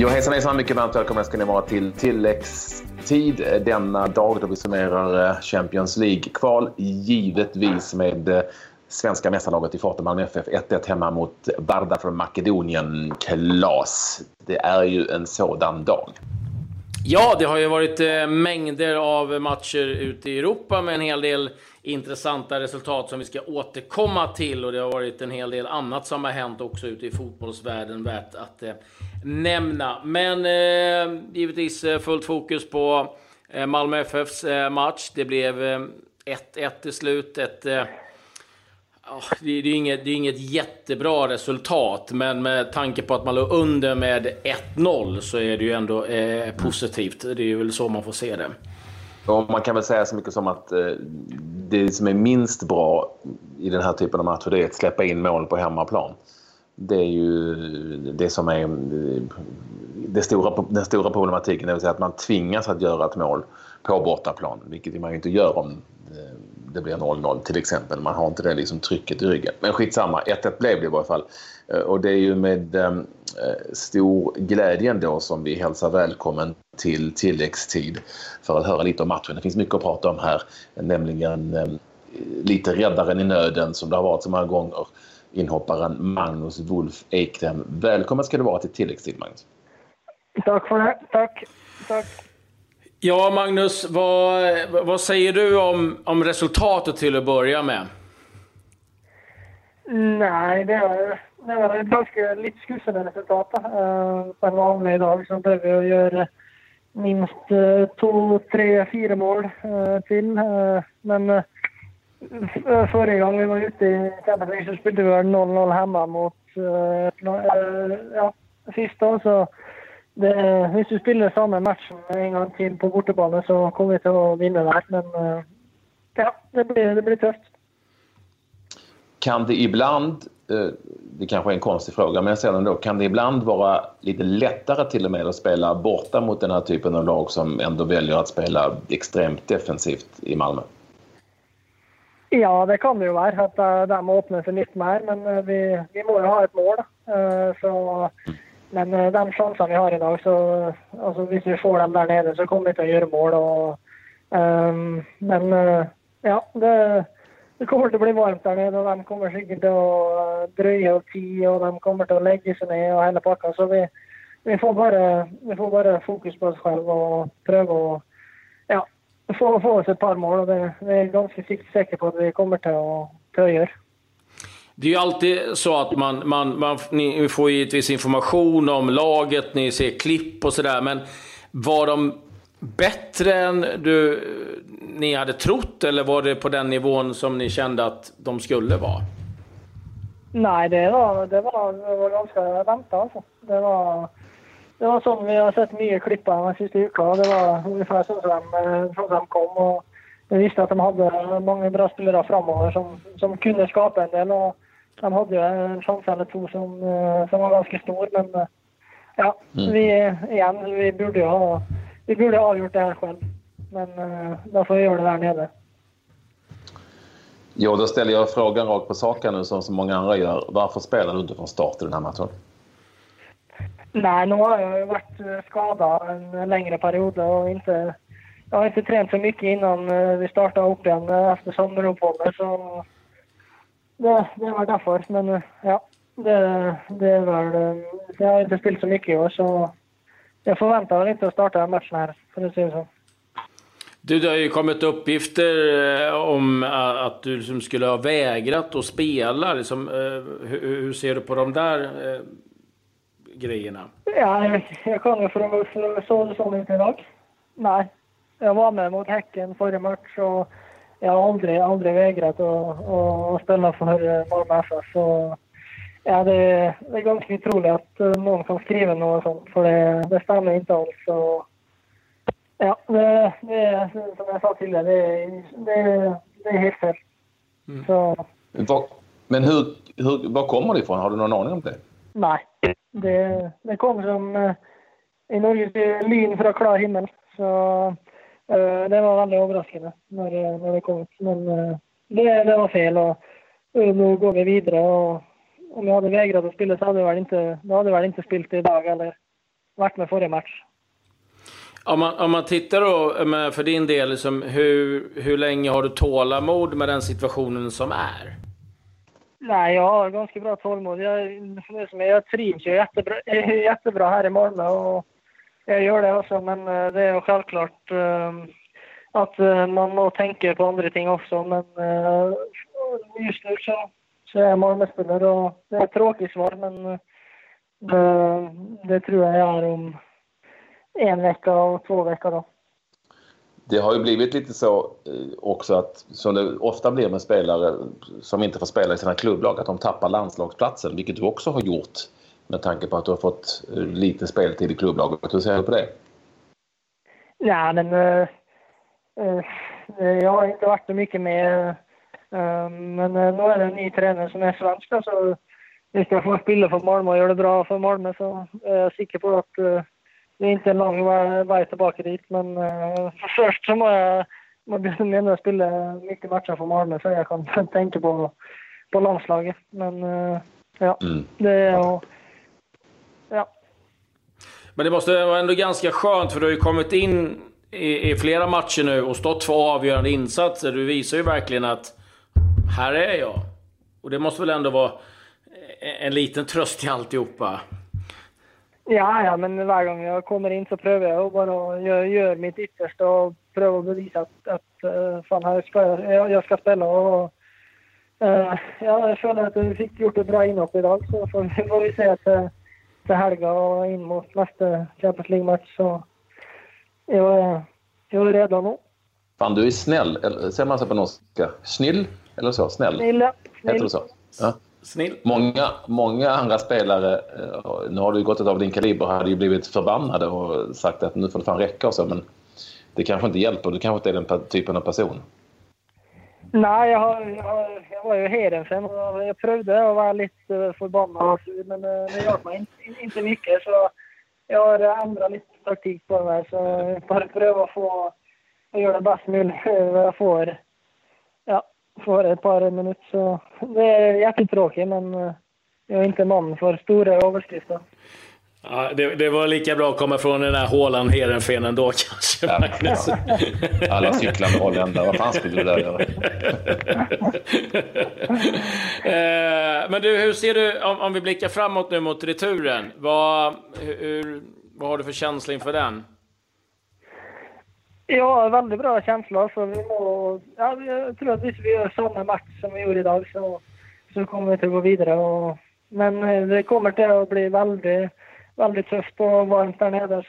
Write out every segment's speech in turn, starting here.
Hejsan, mycket varmt välkomna ska ni vara till tilläggstid denna dag då vi summerar Champions League-kval, givetvis med svenska mästarlaget i farten Malmö FF 1-1 hemma mot Vardar från Makedonien. Klas, det är ju en sådan dag. Ja, det har ju varit mängder av matcher ute i Europa med en hel del intressanta resultat som vi ska återkomma till, och det har varit en hel del annat som har hänt också ute i fotbollsvärlden värt att nämna. Men givetvis fullt fokus på Malmö FFs match. Det blev 1-1 till slut. Det är inget jättebra resultat, men med tanke på att man låg under med 1-0 så är det ju ändå positivt. Det är ju väl så man får se det. Och man kan väl säga så mycket som att det som är minst bra i den här typen av matcher, det är att släppa in mål på hemmaplan. Det är ju det som är den stora problematiken, det vill säga att man tvingas att göra ett mål på bortaplan, vilket man ju inte gör om det blir 0-0 till exempel. Man har inte det liksom trycket i ryggen. Men skitsamma, 1-1 blev det i varje fall. Och det är ju med stor glädje då som vi hälsar välkommen till tilläggstid för att höra lite om matchen. Det finns mycket att prata om här, nämligen lite räddaren i nöden som det har varit så många gånger, inhopparen Magnus Wolf Ekdem. Välkommen ska du vara till tilläggstid, Magnus. Tack för det. Tack. Ja, Magnus, vad säger du om resultatet till att börja med? Nej, det var ett ganska lite skuffande resultat på en vanlig dag. Så behöver vi göra minst 2, 3, 4 mål till. Men förra gången vi var ute i Champions League så spelade vi 0-0 hemma mot sista. Så hvis du spelar samma match en gång till på bortebane så kommer vi till att vinna där. Men det blir tufft. Kan det ibland, det kanske är en konstig fråga, men jag säger ändå, kan det ibland vara lite lättare till och med att spela borta mot den här typen av lag som ändå väljer att spela extremt defensivt i Malmö? Ja, det kan det ju vara att de öppnar sig lite mer, men vi måste ju ha ett mål. Men den chansen vi har idag, så alltså, om vi får dem där nere så kommer vi att göra mål. Det kommer att bli varmt där nere och de kommer säkert att dröja och tid och de kommer att lägga sig ner och hela packan. Så vi får bara fokus på oss själva och pröva att få oss ett par mål. Och det är ganska säker på att vi kommer till att göra. Det är ju alltid så att ni får givetvis information om laget, ni ser klipp och sådär, men var de bättre än ni hade trott, eller var det på den nivån som ni kände att de skulle vara? Nej, det var ganska väntat alltså. Det var som vi har sett mycket klippa den sista veckan. Det var ungefär så som de kom, och jag visste att de hade många bra spelare framöver som kunde skapa en del, och de hade ju en chans eller två som var ganska stor, men vi borde ha gjort det här själv. Men då får vi göra det där nere. Jo, då ställer jag frågan rakt på saken nu som så många andra gör. Varför spelar du inte från start i den här matchen? Nej, nu har jag ju varit skadad en längre period och jag har inte tränat så mycket innan vi startade upp igen efter sommaruppehållet, så det var därför. Men det var jag har inte spelat så mycket i år, så jag förväntar mig inte att starta matchen här, för att säga så. Det har ju kommit uppgifter om att du som skulle ha vägrat att spela. Liksom, hur ser du på de där grejerna? Ja, jag kan ju så som inte idag. Nej, jag var med mot Häcken förra match och jag har aldrig vägrat att spela för Malmö FF. Så ja, det är ganska otroligt att någon kan skriva något sånt, för det stämmer inte alls. Så ja, det är som jag sa tidigare, det är helt fel. Mm. Så. Men var kommer det ifrån? Har du någon aning om det? Nej, det kommer som i Norges lyn från klar himmel. Så det var väldigt överraskande när det kom ut. Men det var fel, och nu går vi vidare. Och om jag hade vägrat att spela så hade jag väl inte spelat idag eller. varit med förra match. Om man tittar då för din del, liksom, hur länge har du tålamod med den situationen som är? Nej, jag har ganska bra tålamod. Jag trivs ju jättebra här i Malmö och jag gör det också, men det är självklart att man må tänka på andra ting också. Men just nu så är jag Malmö-spelare och det är ett tråkigt svar, men det tror jag är om 1 vecka och 2 veckor då. Det har ju blivit lite så också att, som det ofta blir med spelare som inte får spela i sina klubblag, att de tappar landslagsplatsen, vilket du också har gjort med tanke på att du har fått lite speltid i klubblaget. Hur ser du på det? Nej, men jag har inte varit så mycket med, men nu är det en ny tränare som är svensk, så vi ska få spela för Malmö och göra det bra för Malmö, så jag är säker på att det är inte en lång väg tillbaka dit, men först så må jag spela mycket matcher för Malmö så jag kan tänka på landslaget. Men ja, det är ja. Men det måste vara ändå ganska skönt, för du har ju kommit in i flera matcher nu och stått 2 avgörande insatser. Du visar ju verkligen att här är jag. Och det måste väl ändå vara en liten tröst i alltihopa. Ja, men varje gång jag kommer in så prövar jag och bara gör mitt yttersta och prövar att bevisa att fan, jag ska spela. Och jag känner att jag fick gjort ett bra inhopp idag, så får vi se att till helga och in mot nästa Champions League-match, så jag är redo nu. Fan, du är snäll. Eller, ser man så på norska? Snill? Eller så? Snäll? Snill. Heter det så? Ja. Snill. Många andra spelare, nu har du gått av din kaliber, hade ju blivit förbannade och sagt att nu får det fan räcka och så, men det kanske inte hjälper. Du kanske inte är den typen av person. Nej, jag var ju Heerenveen och jag prövade att vara lite förbannad, men det gör mig inte mycket, så jag har ändrat lite taktik på det här, så jag bara pröva att göra det bäst möjligt jag får ett par minuter, så det är jättetråkigt, men jag är inte man för stora överskrifter. Ja, det var lika bra att komma från den där Haaland Heerenveen ändå kanske. Ja. Alla cyklande holländare, vad fan skulle du där göra? Men du, hur ser du, om vi blickar framåt nu mot returen, vad har du för känsla inför den? Ja, väldigt bra känsla. Så jag tror att vi gör samma match som vi gjorde idag, så kommer vi att gå vidare. Men det kommer till att bli väldigt, väldigt tufft och varmt där nere.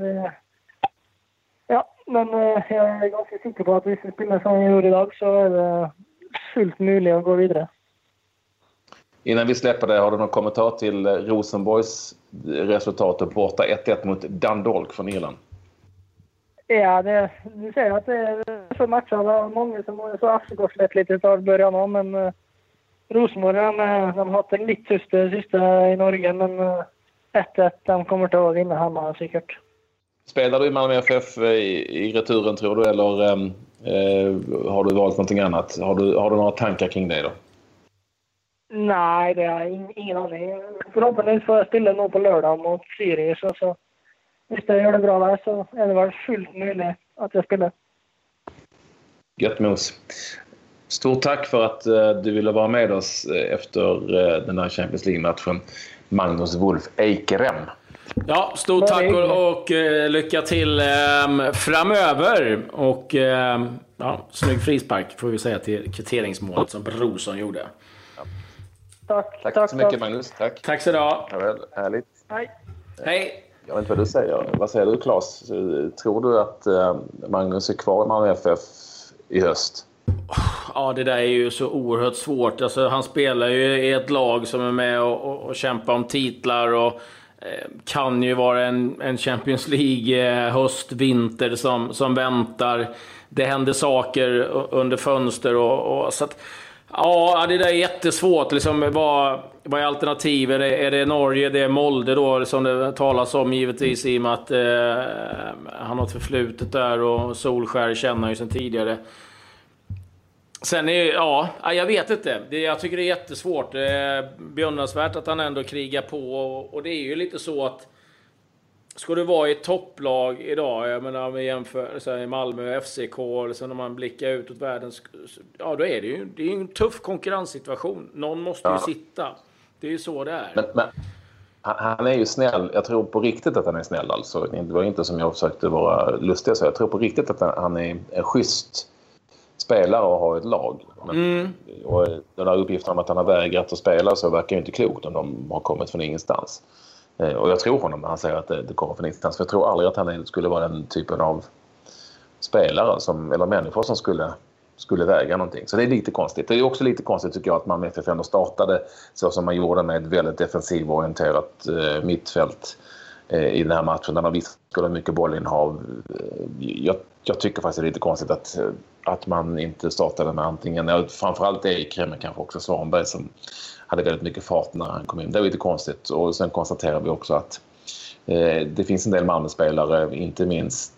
Men jag är ganska säker på att vi ska spela som vi gjorde idag, så är det fullt möjligt att gå vidare. Innan vi släpper det, har du någon kommentar till Rosenborgs resultat borta 1-1 mot Dundalk från Irland? Ja, du säger att det är så matcher. Många som är så aftergårdslätt lite av början av, men Rosenborg, de har haft en lite tufft sista i Norge, men 1-1, de kommer till att vinna hemma säkert. Spelar du i Malmö FF i returen, tror du, eller har du valt någonting annat? Har du några tankar kring det då? Nej, det är ingen aning. Förhoppningsvis får jag spela nog på lördag mot Sirius, så hvis jag gör det bra där så är det väl fullt möjligt att jag spelar. Gött mos. Stort tack för att du ville vara med oss efter den här Champions League-matchen, Magnus Wolf Eikrem. Ja, stort tack och lycka till framöver. Och snygg frispark får vi säga till kvitteringsmålet som Brorsson gjorde. Ja. Tack så mycket, Magnus. Tack så du. Härligt. Hej. Jag vet inte vad du säger. Vad säger du, Claes? Tror du att Magnus är kvar i Malmö FF i höst? Ja, det där är ju så oerhört svårt. Alltså, han spelar ju i ett lag som är med och kämpar om titlar och kan ju vara en Champions League höst, vinter som väntar. Det händer saker under fönster och så att, ja, det där är jättesvårt. Liksom, vad är alternativet? Är det Norge, det är Molde då, som det talas om givetvis, i och med att han har ett förflutet där och Solskär känner ju sedan tidigare. Sen är jag vet inte. Jag tycker det är jättesvårt. Det är beundransvärt att han ändå krigar på, och det är ju lite så att ska du vara i topplag idag, jag menar med jämförelse i Malmö och FCK, eller så när man blickar ut åt världen, ja då är det är en tuff konkurrenssituation. Någon måste ju sitta. Det är ju så det är. Men han är ju snäll. Jag tror på riktigt att han är snäll. Alltså. Det var inte som jag försökte vara lustig. Så jag tror på riktigt att han är en schysst spelare och har ett lag. Och den där uppgiften om att han har vägrat att spela så verkar ju inte klokt om de har kommit från ingenstans. Och jag tror honom när han säger att det kommer från ingenstans. För jag tror aldrig att han skulle vara den typen av spelare eller människor som skulle väga någonting. Så det är lite konstigt. Det är också lite konstigt tycker jag att Malmö FF ändå startade så som man gjorde med ett väldigt defensivorienterat mittfält i den här matchen där man visst skulle ha mycket bollinnehav. Jag tycker faktiskt det är lite konstigt att man inte startade med antingen, framförallt Ekrem men kanske också Svanberg som hade väldigt mycket fart när han kom in. Det var lite konstigt. Och sen konstaterar vi också att det finns en del Malmö-spelare, inte minst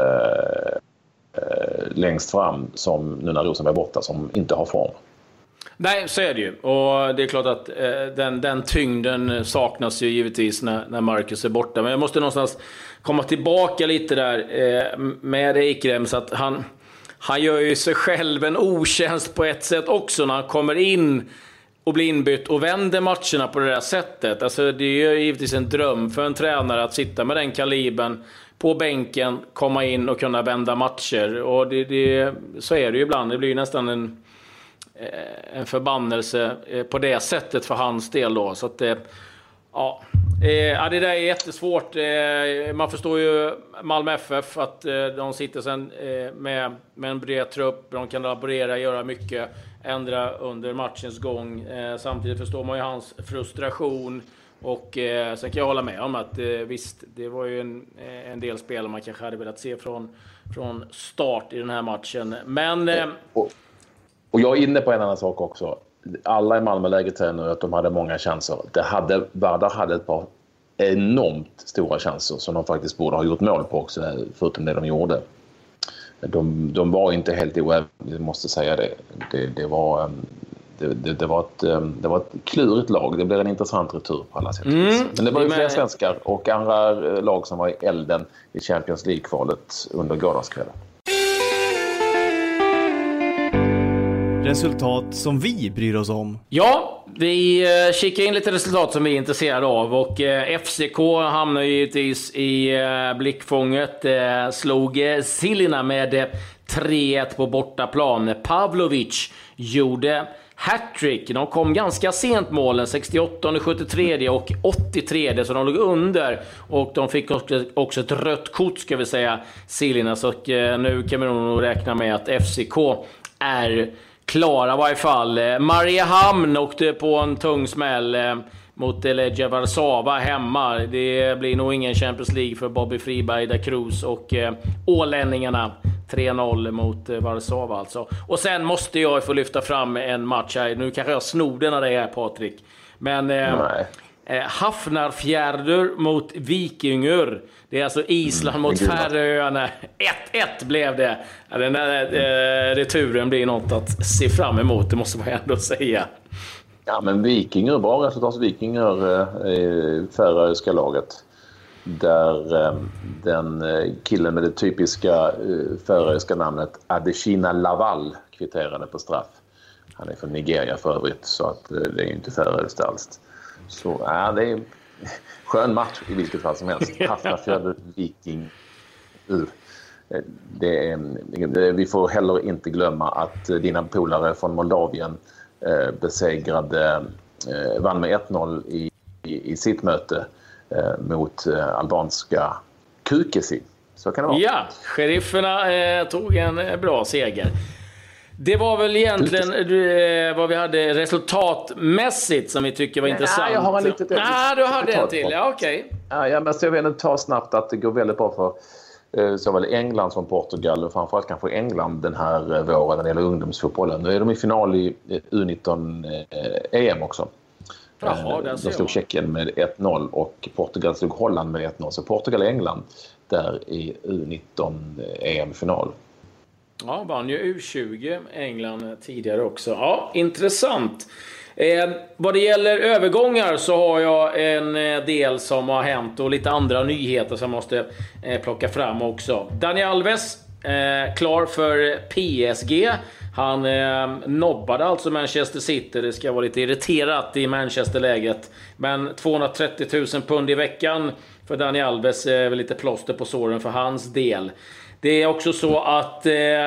längst fram som nu när Rosenberg är borta, som inte har form. Nej, så är det ju. Och det är klart att den tyngden saknas ju givetvis när Marcus är borta. Men jag måste någonstans komma tillbaka lite där med Ekrem, så att han gör ju sig själv en otjänst på ett sätt också när han kommer in och blir inbytt och vänder matcherna på det där sättet. Alltså det är ju givetvis en dröm för en tränare att sitta med den kalibern på bänken, komma in och kunna vända matcher. Och så är det ju ibland. Det blir ju nästan en förbannelse på det sättet för hans del då. Så att det där är jättesvårt. Man förstår ju Malmö FF att de sitter sen med en bred trupp. De kan laborera, göra mycket, ändra under matchens gång. Samtidigt förstår man ju hans frustration. Och sen kan jag hålla med om att visst, det var ju en del spelare man kanske hade velat se från start i den här matchen. Men... Och jag är inne på en annan sak också. Alla i Malmö-läget säger nu att de hade många chanser. Vardar hade ett par enormt stora chanser som de faktiskt borde ha gjort mål på också, förutom det de gjorde. De var inte helt oävda, jag måste säga det. Det var ett klurigt lag. Det blev en intressant retur på alla sätt. Men det var ju fler svenskar och andra lag som var i elden i Champions League-kvalet under gårdagskvällen. Resultat som vi bryr oss om. Ja, vi kikar in lite resultat som vi är intresserade av. Och FCK hamnar givetvis i blickfånget. Slog Silina med 3-1 på bortaplan. Pavlovic gjorde hattrick. De kom ganska sent målen, 68, 73 och 83, så de låg under. Och de fick också ett rött kort, ska vi säga, Silina. Så nu kan man nog räkna med att FCK är klara i varje fall. Mariehamn åkte på en tung smäll mot Legia Warszawa hemma. Det blir nog ingen Champions League för Bobby Friberg, Da Cruz och ålänningarna. 3-0 mot Warszawa alltså. Och sen måste jag få lyfta fram en match här. Nu kanske jag snor den av dig här, Patrik. Men Hafnarfjärdur mot Vikingur. Det är alltså Island mot Färöarna. 1-1 blev det. Den där returen blir något att se fram emot, det måste man ändå säga. Ja, men Vikingur, bra resultat. Vikingur i färöiska laget. Där den killen med det typiska färöiska namnet Adesina Laval kvitterade på straff. Han är från Nigeria för övrigt, så att det är ju inte färöiskt alls. Så det är en skön match i vilket fall som helst. Hafnarfjärdur, Viking. Vi får heller inte glömma att dina polare från Moldavien vann med 1-0 i sitt möte mot albanska Kukesi. Så kan det vara. Ja, sherifferna tog en bra seger. Det var väl egentligen vad vi hade resultatmässigt som vi tycker var intressant. Jag har en liten till. Du hade en till, ja okej. Ja, men jag vill ta snabbt att det går väldigt bra för såväl England som Portugal, och framförallt kanske England den här våren när det gäller ungdomsfotbollen. Nu är de i final i U19-EM också. Jaha, de slog Tjeckien med 1-0 och Portugal slog Holland med 1-0. Så Portugal och England där i U19-EM-final. Ja, vann ju U20 England tidigare också. Ja, intressant. Vad det gäller övergångar så har jag en del som har hänt och lite andra nyheter som jag måste plocka fram också. Dani Alves klar för PSG. Han nobbade alltså Manchester City. Det ska vara lite irriterat i Manchester-läget. Men 230 000 pund i veckan för Dani Alves är väl lite plåster på såren för hans del. Det är också så att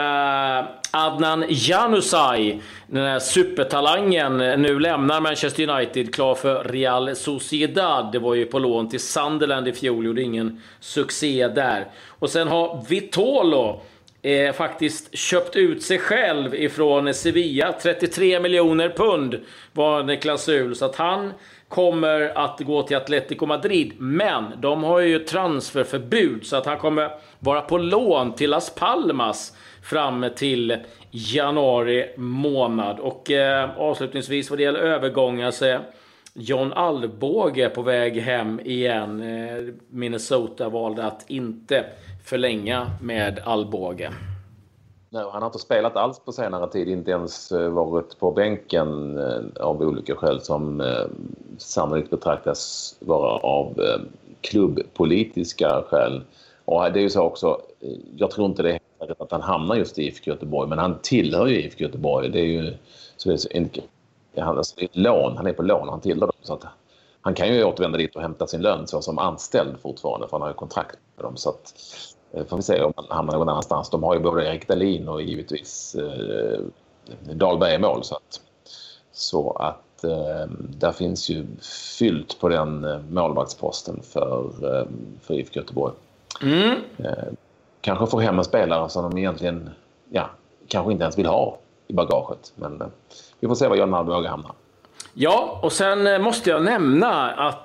Adnan Januzaj, den här supertalangen, nu lämnar Manchester United, klar för Real Sociedad. Det var ju på lån till Sunderland i fjol, gjorde ingen succé där. Och sen har Vitolo faktiskt köpt ut sig själv ifrån Sevilla. 33 miljoner pund var en klausul, så att han kommer att gå till Atletico Madrid. Men de har ju transferförbud, så att han kommer vara på lån till Las Palmas fram till januari månad. Och avslutningsvis vad det gäller övergångar så är John Alvbåge på väg hem igen. Minnesota valde att inte förlänga med Alvbåge. Nej, han har inte spelat alls på senare tid, inte ens varit på bänken av olika skäl som sannolikt betraktas vara av klubbpolitiska skäl. Och det är ju så också, jag tror inte det är att han hamnar just i IFK Göteborg, men han tillhör ju IFK Göteborg. Det är ju så det är ett lån, han är på lån, han tillhör dem, så att han kan ju återvända dit och hämta sin lön så som anställd fortfarande, för han har ju kontrakt med dem, så att får vi se om han hamnar någon annanstans. De har ju både Erik Dahlin och givetvis Dahlberg i mål, så att där finns ju fyllt på den målvaktsposten för IFK Göteborg. Kanske får hem en spelare som de egentligen kanske inte ens vill ha i bagaget, men vi får se vad John Alvbåge hamnar. Ja, och sen måste jag nämna att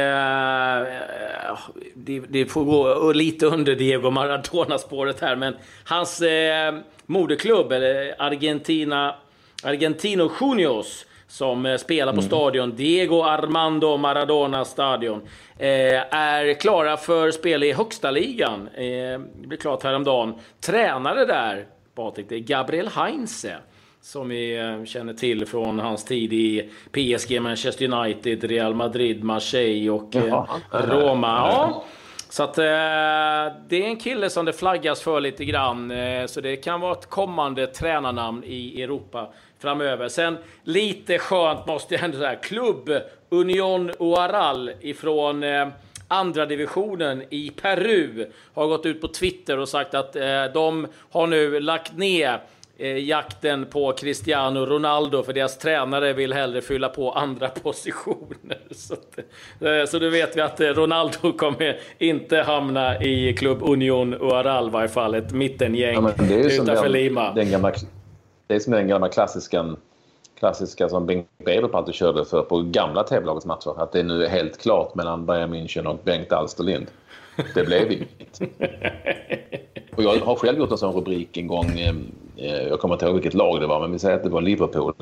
det får gå lite under Diego Maradona-spåret här, men hans moderklubb, eller Argentino Juniors, som spelar på stadion Diego Armando Maradona stadion, är klara för spel i högsta ligan. Det blir klart häromdagen. Tränare där, Patrik, det är Gabriel Heinze, som vi känner till från hans tid i PSG, Manchester United, Real Madrid, Marseille och Roma. Ja. Så att det är en kille som det flaggas för lite grann. Så det kan vara ett kommande tränarnamn i Europa framöver. Sen lite skönt måste jag ändå säga. Klubb Unión Huaral ifrån andra divisionen i Peru har gått ut på Twitter och sagt att de har nu lagt ner jakten på Cristiano Ronaldo, för deras tränare vill hellre fylla på andra positioner. Så då vet vi att Ronaldo kommer inte hamna i klubb Unión Huaral, i varje fall ett mittengäng utanför Lima. Det är som den gamla klassiska som Bengt Brever alltid körde för på gamla TV-lagets matcher, att det nu är helt klart mellan Bayern München och Bengt Alsterlind. Det blev inget. Och jag har själv gjort en sån rubrik en gång, jag kommer inte ihåg vilket lag det var, men vi säger att det var Liverpool.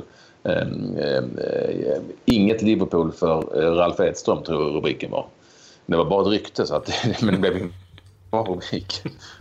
Inget Liverpool för Ralf Edström, tror jag rubriken var. Det var bara ett rykte, så att men det blev en bra rubrik.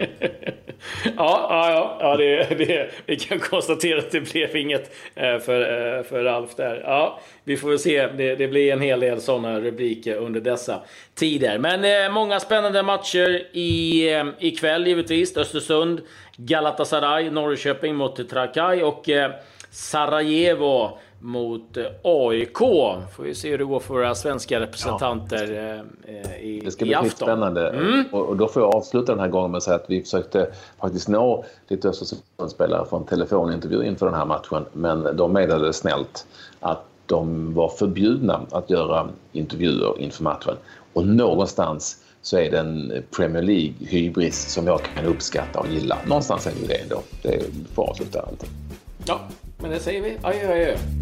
Ja, vi kan konstatera att det blev inget för Ralf där. Ja, vi får se. Det blir en hel del sådana rubriker under dessa tider. Men många spännande matcher i kväll givetvis. Östersund, Galatasaray, Norrköping mot Trakai och Sarajevo mot AIK. Får vi se hur det går för våra svenska representanter i afton. Det ska bli spännande. Och då får jag avsluta den här gången med att säga att vi försökte faktiskt nå lite Östersundsspelare från telefonintervju inför den här matchen, men de meddelade snällt att de var förbjudna att göra intervjuer inför matchen. Och någonstans så är det en Premier League-hybris som jag kan uppskatta och gilla. Någonstans är det ändå. Det får avsluta alltid. Ja, men det säger vi. Adjö.